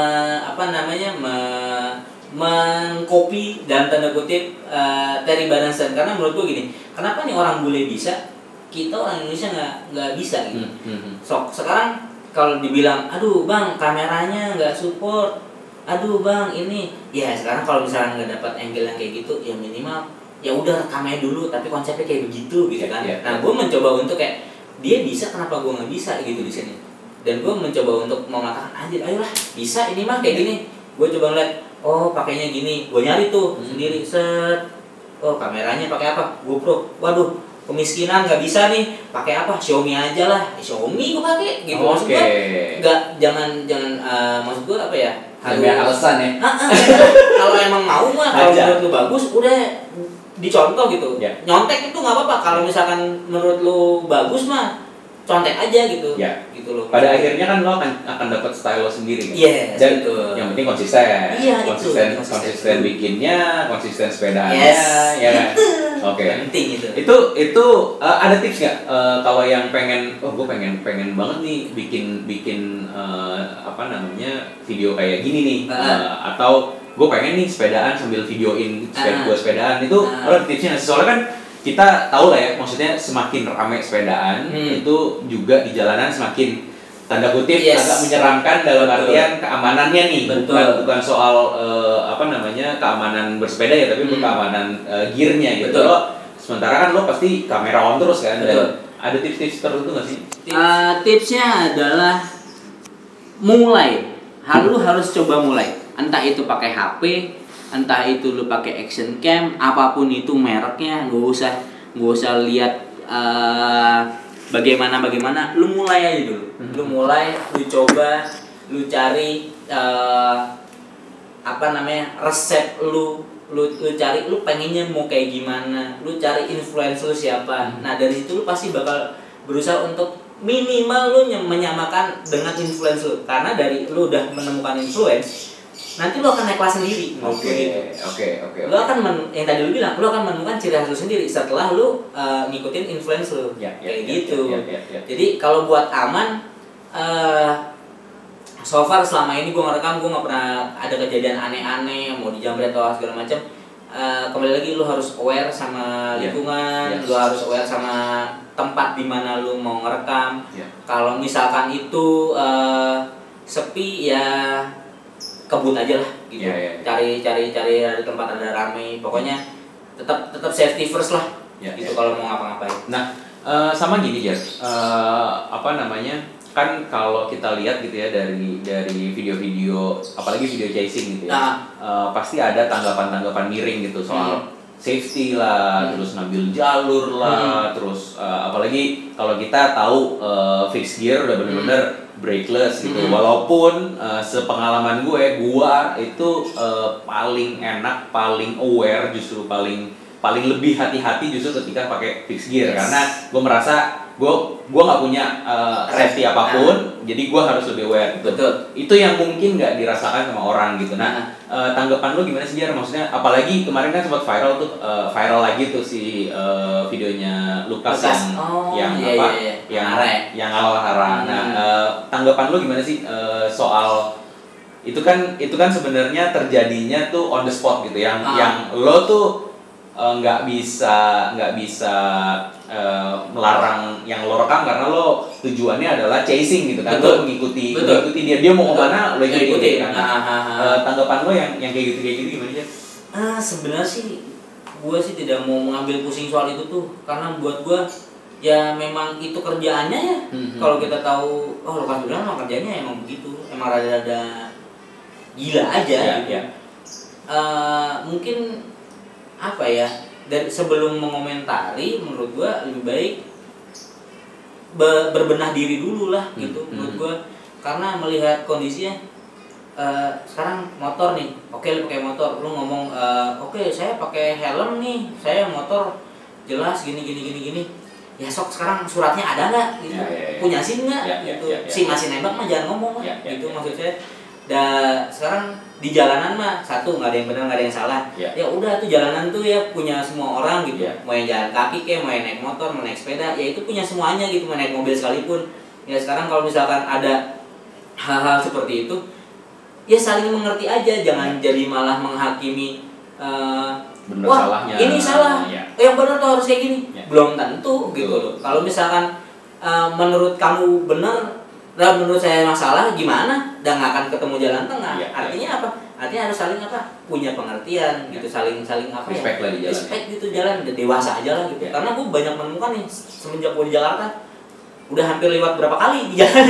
mengcopy dalam tanda kutip Terry Branson, karena menurut gue gini, kenapa nih orang bule bisa, kita orang Indonesia nggak bisa gitu. Sekarang kalau dibilang, aduh bang kameranya nggak support, aduh bang ini, ya sekarang kalau misalnya nggak dapat angle yang kayak gitu, ya minimal ya udah rekamnya dulu, tapi konsepnya kayak begitu gitu kan. Nah gue mencoba untuk kayak dia bisa, kenapa gue nggak bisa gitu di sini. Dan gue mencoba untuk mengatakan, anjir ayolah bisa ini mah kayak gini. Gue coba ngeliat, oh pakainya gini, gue nyari tuh sendiri, set, oh kameranya pakai apa, GoPro, waduh kemiskinan nggak bisa nih, pakai apa, Xiaomi aja lah, Xiaomi gue pakai gitu. Maksud gue nggak, jangan maksud gue apa ya, harus alasan ya. Kalau emang mau mah, kalau menurut lu bagus udah dicontoh gitu. Nyontek itu nggak apa-apa, kalau misalkan menurut lu bagus mah contek aja gitu. Gitu loh. Pada akhirnya kan lo akan dapat style lo sendiri kan. Dan yang penting konsisten. Konsisten bikinnya, konsisten sepedaannya, ya kan. Oke. Penting itu. Itu ada tips nggak kalau yang pengen, gue pengen banget nih bikin video kayak gini nih, atau gue pengen nih sepedaan sambil videoin gue sepedaan, itu ada tipsnya? Soalnya kan kita tahu lah ya, maksudnya semakin ramai sepedaan itu juga di jalanan semakin tanda kutip agak menyeramkan dalam artian keamanannya nih. Bukan soal keamanan bersepeda ya, tapi keamanan gearnya gitu. Sementara kan lo pasti kamera on terus kan. Dan ada tips-tips tertentu nggak sih? Tipsnya adalah mulai. Lu harus coba mulai. Entah itu pakai HP, entah itu lu pakai action cam, apapun itu mereknya, nggak usah lihat bagaimana, lu mulai aja dulu. Lu mulai, lu coba, lu cari resep lu cari, lu pengennya mau kayak gimana, lu cari influence lu siapa. Nah dari situ lu pasti bakal berusaha untuk minimal lu menyamakan dengan influence lu, karena dari lu udah menemukan influence, nanti lo akan naik kelas sendiri. Oke. Lo akan yang tadi lo bilang, lo akan menemukan ciri khas lo sendiri setelah lo ngikutin influence lo. Kayak gitu. Jadi kalau buat aman, so far selama ini gue ngerekam, gue nggak pernah ada kejadian aneh-aneh, mau dijamret atau segala macam. Kembali lagi lo harus aware sama lingkungan, lo harus aware sama tempat di mana lo mau ngerekam. Kalau misalkan itu sepi, ya kebun aja lah gitu. Cari dari tempat ada rame, pokoknya tetap safety first lah gitu kalau mau ngapa-ngapain. Nah sama gini Jas, kan kalau kita lihat gitu ya dari video-video, apalagi video chasing gitu ya, pasti ada tanggapan miring gitu soal safety lah, terus ngambil jalur lah, terus apalagi kalau kita tahu fixed gear udah bener-bener brakeless gitu. Walaupun sepengalaman gue itu paling enak, paling aware, justru paling lebih hati-hati justru ketika pakai fixed gear, karena gue merasa gue nggak punya safety apapun, jadi gue harus lebih aware gitu. Itu yang mungkin nggak dirasakan sama orang gitu. Nah tanggapan lo gimana sih Jar? Maksudnya apalagi kemarin kan sempat viral lagi tuh si videonya Lukas yang Al-Hara. Nah tanggapan lo gimana sih soal itu kan sebenarnya terjadinya tuh on the spot gitu, yang lo tuh nggak bisa melarang yang lo rekam karena lo tujuannya adalah chasing gitu kan. Lo mengikuti dia mau kemana lo ikuti kan. Tanggapan lo yang kayak gitu gimana sih? Sebenarnya sih gue sih tidak mau mengambil pusing soal itu tuh, karena buat gue ya memang itu kerjaannya ya. Kalau kita tahu Lukas bilang emang kerjanya emang begitu, emang rada-rada gila aja gitu. Mungkin apa ya, dari sebelum mengomentari menurut gua lebih baik berbenah diri dulu lah gitu menurut gua, karena melihat kondisinya sekarang motor nih, oke lu pakai motor, lu ngomong oke saya pakai helm nih, saya motor jelas gini, ya sok sekarang suratnya ada nggak gitu, punya SIM nggak gitu, SIM masih nembak mah jangan ngomong lah gitu maksud saya. Dan sekarang di jalanan mah satu nggak ada yang benar nggak ada yang salah, ya udah tuh jalanan tuh ya punya semua orang gitu, mau yang jalan kaki kayak mau yang naik motor mau naik sepeda ya itu punya semuanya gitu, mau naik mobil sekalipun. Ya sekarang kalau misalkan ada hal-hal seperti itu ya saling mengerti aja, jangan jadi malah menghakimi bener wah salahnya ini salah yang benar tuh harus kayak gini, belum tentu gitu loh. Kalau misalkan menurut kamu benar dan menurut saya masalah gimana, dan nggak akan ketemu jalan tengah. Artinya apa? Artinya harus saling punya pengertian gitu, saling apa respect lah di jalan, respect gitu, jalan dewasa aja lah gitu. Karena gue banyak menemukan nih semenjak gue di Jakarta udah hampir lewat berapa kali di jalan.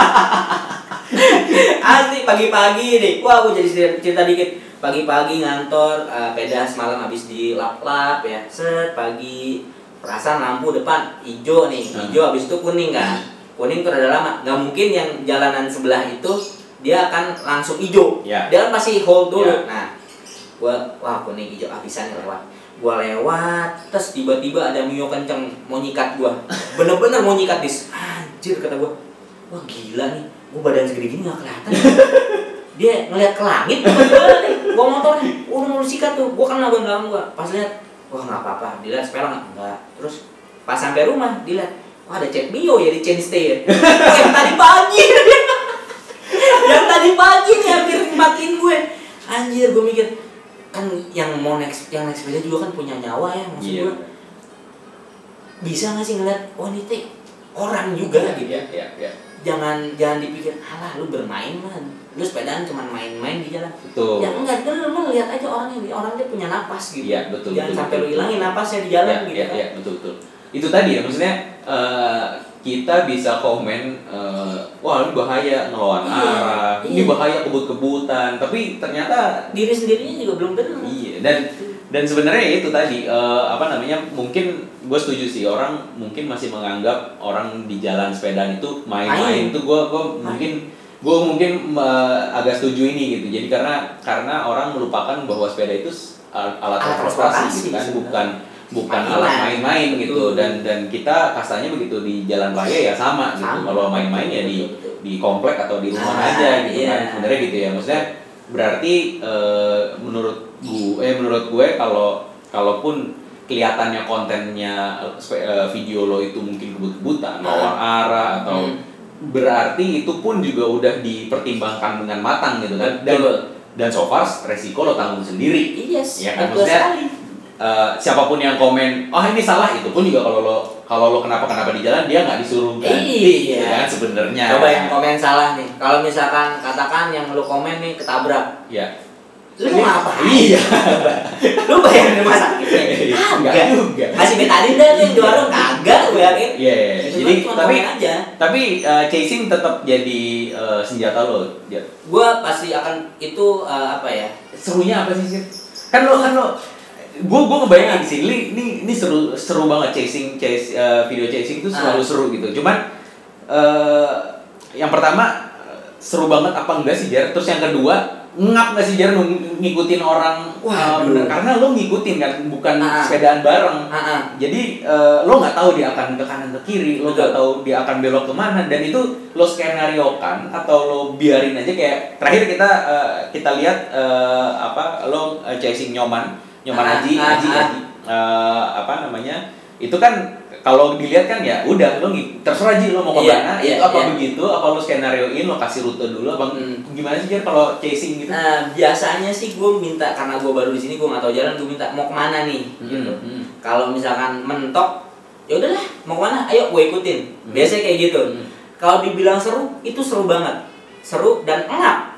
Asli pagi-pagi nih, wah gue jadi cerita dikit. Pagi-pagi ngantor, pedas malam habis di lap-lap ya, pagi perasaan lampu depan hijau nih, hijau habis itu kuning kan, kuning tuh udah lama, nggak mungkin yang jalanan sebelah itu dia akan langsung hijau, dia kan pasti hold dulu. Nah, wah kuning hijau habisan lewat, gua lewat, terus tiba-tiba ada mio kenceng mau nyikat gua, bener-bener mau nyikat dis, anjir kata gua, wah gila nih. Gue badan segede gini gak kelihatan. Dia ngeliat ke langit, gue motor nih, udah mau sikat tuh. Gue kan laban belakang gue. Pas lihat, wah nggak apa-apa. Dilihat sepeda nggak? Enggak. Terus pas sampai rumah dilihat, wah ada chat bio ya di chain stay ya. Yang tadi pagi, yang tadi pagi nih hampir matiin gue. Anjir, gue mikir kan yang naik sepeda juga kan punya nyawa ya, maksud gue. Bisa nggak sih ngeliat, oh ini teh orang juga gitu. Jangan dipikir, alah lu bermain lah, lu sepedaan cuma main-main di jalan. Betul. Ya enggak, lu lihat aja orang dia punya napas gitu. Iya, betul. Jangan betul, sampai betul, lu hilangin napasnya di jalan gitu. Iya, betul. Itu tadi ya, maksudnya kita bisa komen, wah ini bahaya ngelawan arah, ini bahaya kebut-kebutan, tapi ternyata diri sendirinya juga belum benar. Iya, dan sebenarnya itu tadi mungkin gue setuju sih, orang mungkin masih menganggap orang di jalan sepedaan itu main-main. Itu gue mungkin agak setuju ini gitu. Jadi karena orang melupakan bahwa sepeda itu alat transportasi gitu kan, bukan alat main-main gitu. Dan kita kasarnya begitu di jalan raya ya sama gitu. Kalau main-main ya di komplek atau di rumah aja gitu kan. Sebenarnya gitu ya. Maksudnya berarti menurut gue kalaupun kelihatannya kontennya video lo itu mungkin kebut-kebutan, lawan arah atau berarti itu pun juga udah dipertimbangkan dengan matang gitu kan. Dan so far resiko lo tanggung sendiri. Yes, ya kan, maksudnya siapapun yang komen, oh ini salah, itu pun juga kalau lo kenapa di jalan dia nggak disuruh ganti, gitu kan sebenarnya. Coba yang komen salah nih, kalau misalkan katakan yang lo komen nih ketabrak, lu ngapain? Iya. Lu bayar rumah sakitnya? Kagak juga. Masih betadin dah yang di warung kagak gue yakin. Iya. Jadi tapi chasing tetap jadi senjata lo. Gue pasti akan itu apa ya? Serunya apa sih? Kan lo gue ngebayangin sih, ini seru banget video chasing itu selalu seru gitu. Cuman yang pertama seru banget apa enggak sih Jar? Terus yang kedua ngap nggak sih Jar ngikutin orang? Bener, karena lo ngikutin kan, bukan sepedaan bareng. Jadi lo nggak tahu dia akan ke kanan ke kiri, lo nggak tahu dia akan belok kemana, dan itu lo skenariokan atau lo biarin aja. Kayak terakhir kita lihat lo chasing Nyoman Haji, itu kan kalau dilihat kan ya udah lo terserah Ji lo mau ke mana, begitu apa lo skenarioin, lo kasih rute dulu apa gimana sih Jar kalau chasing gitu? Biasanya sih gue minta, karena gue baru di sini gue nggak tahu jalan, gue minta mau kemana nih gitu. Kalau misalkan mentok ya udahlah mau kemana ayo gue ikutin, biasanya kayak gitu. Kalau dibilang seru, itu seru banget, seru dan engap.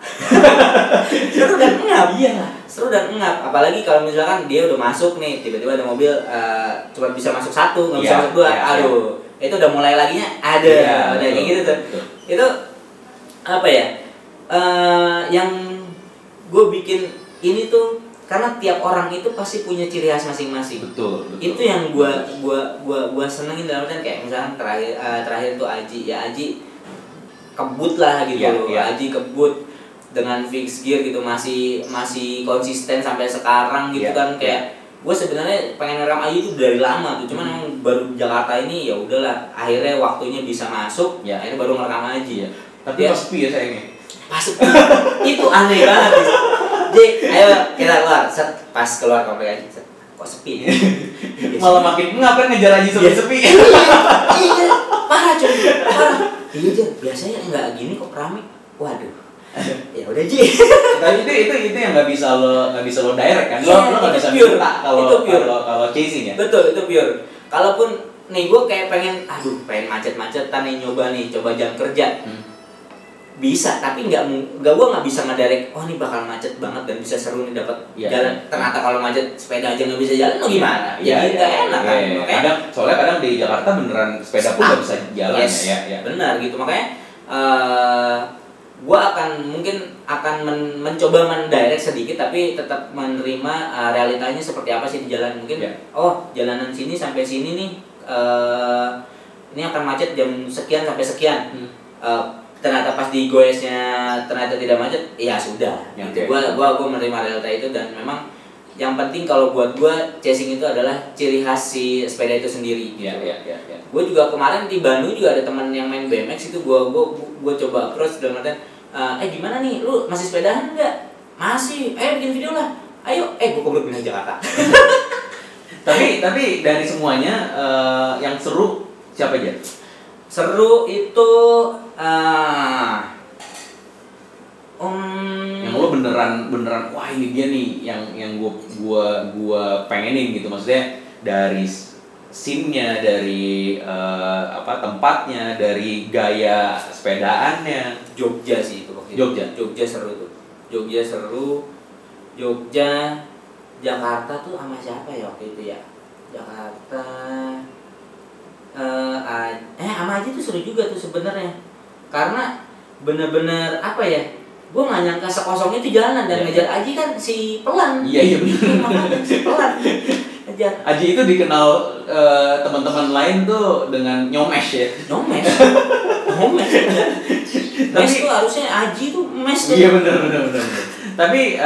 Seru dan engap, apalagi kalau misalkan dia udah masuk nih, tiba-tiba ada mobil cuma bisa masuk satu, nggak bisa masuk dua, itu udah mulai laginya ada kayak gitu tuh. Itu apa ya, yang gue bikin ini tuh karena tiap orang itu pasti punya ciri khas masing-masing. Betul. Itu yang gue senengin dalam artian kayak misalkan terakhir tuh Aji kebut lah gitu. Aji kebut dengan fix gear gitu, masih konsisten sampai sekarang gitu kan, kayak gue sebenarnya pengen ngeram Aji itu dari lama tuh, cuman emang baru Jakarta ini ya udahlah, akhirnya waktunya bisa masuk, Ya. akhirnya baru ngerekam Aji. Iya. Tapi pas sepi ya sayangnya. Pas itu aneh banget. Jadi ayo kita keluar, set pas keluar komplek Aji, set. Kok sepi? Malah makin ngapain ngejar Aji sepi-sepi. Iya, parah cuy, parah. Iya Jen, biasanya nggak gini kok rame. Waduh. Ya udah Ji. Tapi itu yang nggak bisa lo direct kan? Iya, Lo nggak bisa pure. minta Itu pure. kalau chasing ya. Betul, itu pure. Kalaupun nih gue kayak pengen macet-macetan nih, coba jam kerja. Bisa, tapi gue nggak bisa ngedirect. Oh ini bakal macet banget dan bisa seru nih dapat Iya. jalan. Ternyata kalau macet sepeda aja nggak bisa jalan, lo gimana? Jadi nggak enak kan? Makanya, Soalnya kadang di Jakarta beneran sepeda pun nggak bisa jalan ya. benar gitu. Makanya gue akan mencoba mendirect sedikit, tapi tetap menerima realitanya seperti apa sih di jalan. Mungkin oh jalanan sini sampai sini nih ini akan macet jam sekian sampai sekian. Ternyata pas di goesnya ternyata tidak macet, ya sudah. Gitu. Gua menerima realita itu, dan memang yang penting kalau buat gua chasing itu adalah ciri khas si sepeda itu sendiri. Iya. Gue juga kemarin di Bandung juga ada teman yang main BMX itu, gue coba approach dalam artian gimana nih, lu masih sepedahan enggak? Masih, ayo bikin video lah. Ayo, gue keburu pindah Jakarta. tapi dari semuanya yang seru siapa aja? Seru itu yang lo beneran wah ini dia nih yang gua pengenin gitu, maksudnya dari scene-nya, dari tempatnya, dari gaya sepedaannya. Jogja sih itu waktu Jogja. itu. Jogja seru tuh. Jogja seru. Jogja, Jakarta tuh sama siapa ya waktu itu ya? Jakarta sama Aji tuh seru juga tuh sebenarnya. Karena bener-bener apa ya? Gue nggak nyangka sekosong itu jalanan, dan ngejar Aji kan si pelan. Iya benar. Makanya si pelan. Ngejar. Aji itu dikenal teman-teman lain tuh dengan nyomesh ya. Nomes. Mes tuh harusnya Aji tuh mes. Iya benar. Tapi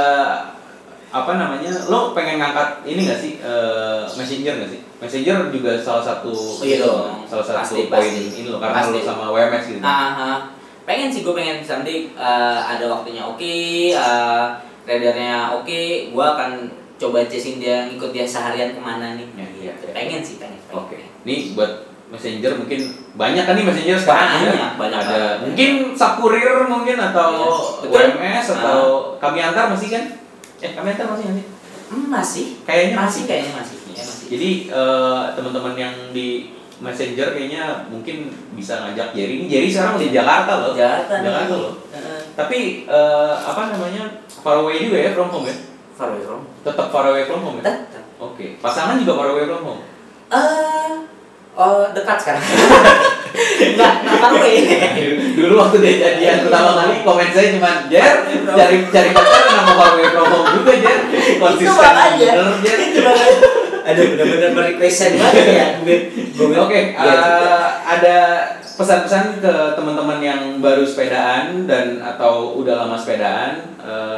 lo pengen ngangkat ini nggak sih, messenger nggak sih? Messenger juga salah satu poin ini lo, karena lo sama WMX gitu. Pengen sih, gue pengen nanti ada waktunya ridernya oke, gue akan coba chasing dia, ngikut dia seharian kemana nih. Iya. Pengen sih. Oke. Nih buat Messenger mungkin banyak kan nih Messenger sekarang. Banyak ada mungkin Sakurir mungkin, atau WMS atau Kami Antar masih kan? Kami Antar masih nggak sih? Masih. Kayaknya masih. Jadi teman-teman yang di Messenger kayaknya mungkin bisa ngajak Jerry. Ini Jerry sekarang udah di Jakarta loh. Jakarta loh. Tapi far away juga ya from home ya? Far away from. Tetap far away from home ya? Tetap. Oke. Pasangan juga far away from home? Dekat sekarang. Enggak far away. Dulu waktu dia jadian pertama kali komen saya cuma Jer, cari pacar nama far away from home juga Jer. Konsisten bener Jer. Aduh, benar-benar merepresent banget ya. Oke, ada pesan-pesan ke teman-teman yang baru sepedaan dan atau udah lama sepedaan,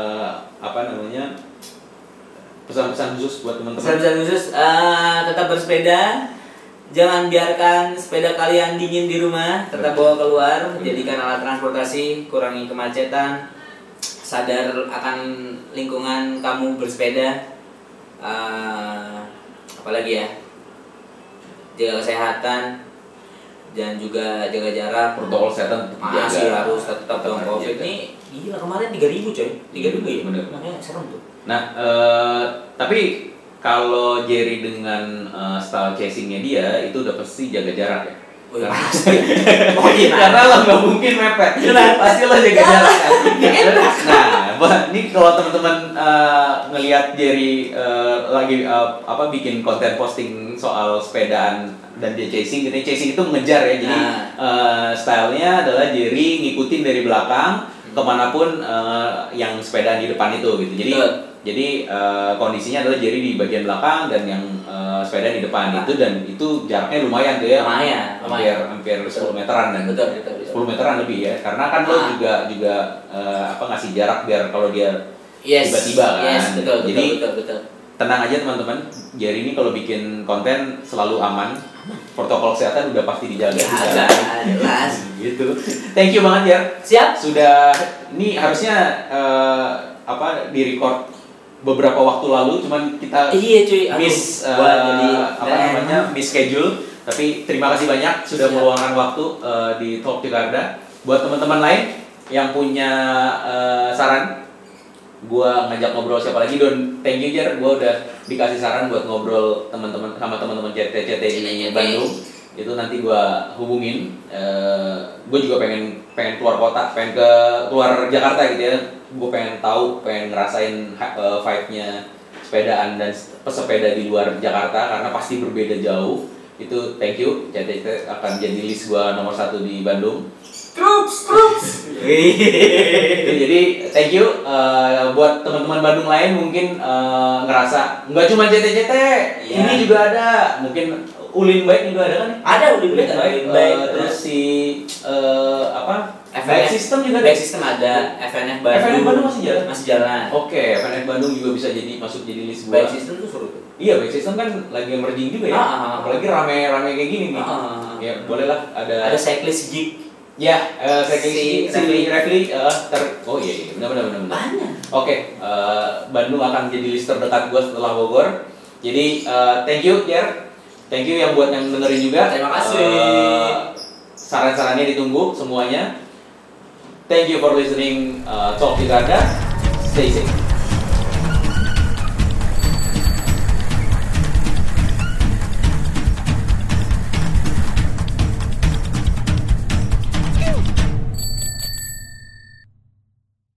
pesan-pesan khusus buat teman-teman. Pesan-pesan khusus, tetap bersepeda. Jangan biarkan sepeda kalian dingin di rumah, tetap bawa keluar, jadikan alat transportasi, kurangi kemacetan, sadar akan lingkungan kamu bersepeda. Apalagi ya, jaga kesehatan dan juga jaga jarak. Protokol kesehatan masih harus tetap dong. Covid ini gila, kemarin 3.000 coy, 3.000 ya, bener. makanya serem tuh. Nah, tapi kalau Jerry dengan style chasingnya dia itu udah pasti jaga jarak ya. Karena lo nggak mungkin mepet, pasti lo jaga jarak kan. Nah, ini kalau teman-teman ngelihat Jerry lagi bikin konten posting soal sepedaan dan dia chasing, gitu. Chasing itu mengejar ya. Jadi stylenya adalah Jerry ngikutin dari belakang kemanapun yang sepedaan di depan itu gitu. Jadi kondisinya adalah Jerry di bagian belakang dan yang sepeda di depan itu, dan itu jaraknya lumayan tuh ya. Hampir 10 meteran dan betul. 10 meteran lebih ya. Karena kan lo juga ngasih jarak biar kalau dia tiba-tiba kan. Betul. tenang aja teman-teman. Jerry ini kalau bikin konten selalu aman. Protokol kesehatan udah pasti dijaga. Jelas. Gitu. Thank you banget ya. Siap. Sudah ini harusnya di-record beberapa waktu lalu, cuman kita Iya cuy. miss schedule. Tapi terima kasih banyak sudah meluangkan waktu di Talk Jakarta. Buat teman-teman lain yang punya saran, gua ngajak ngobrol siapa lagi, Don. Thank you Jer, gua udah dikasih saran buat ngobrol sama teman-teman CT di Bandung. Itu nanti gua hubungin. Gue juga pengen keluar kota, pengen keluar Jakarta gitu ya. Gue pengen tahu, pengen ngerasain vibe-nya sepedaan dan pesepeda di luar Jakarta karena pasti berbeda jauh. Itu thank you, CT akan jadi list gua nomor 1 di Bandung. Troops. Jadi thank you buat teman-teman Bandung lain mungkin ngerasa nggak cuma CT, ini juga ada, mungkin Ulin Bike juga ada kan? Ada Ulin Bike. Terus si FNF Bike System juga ada. Bike System ada, FNF Bandung. FNF Bandung masih jalan? Masih jalan. Oke, FNF Bandung juga bisa masuk jadi list gua. Bike System tuh seru tuh. Iya, Bike System kan lagi emerging juga ya. Apalagi rame-rame kayak gini nih. Ya, boleh lah ada cyclist geek. Ya, cyclist Refli oh iya, benar. Banyak. Oke, Bandung akan jadi list terdekat gua setelah Bogor. Jadi thank you, Jer. Thank you yang buat yang dengerin juga. Terima kasih. Saran-sarannya ditunggu semuanya. Thank you for listening Talk Jakarta. Stay safe.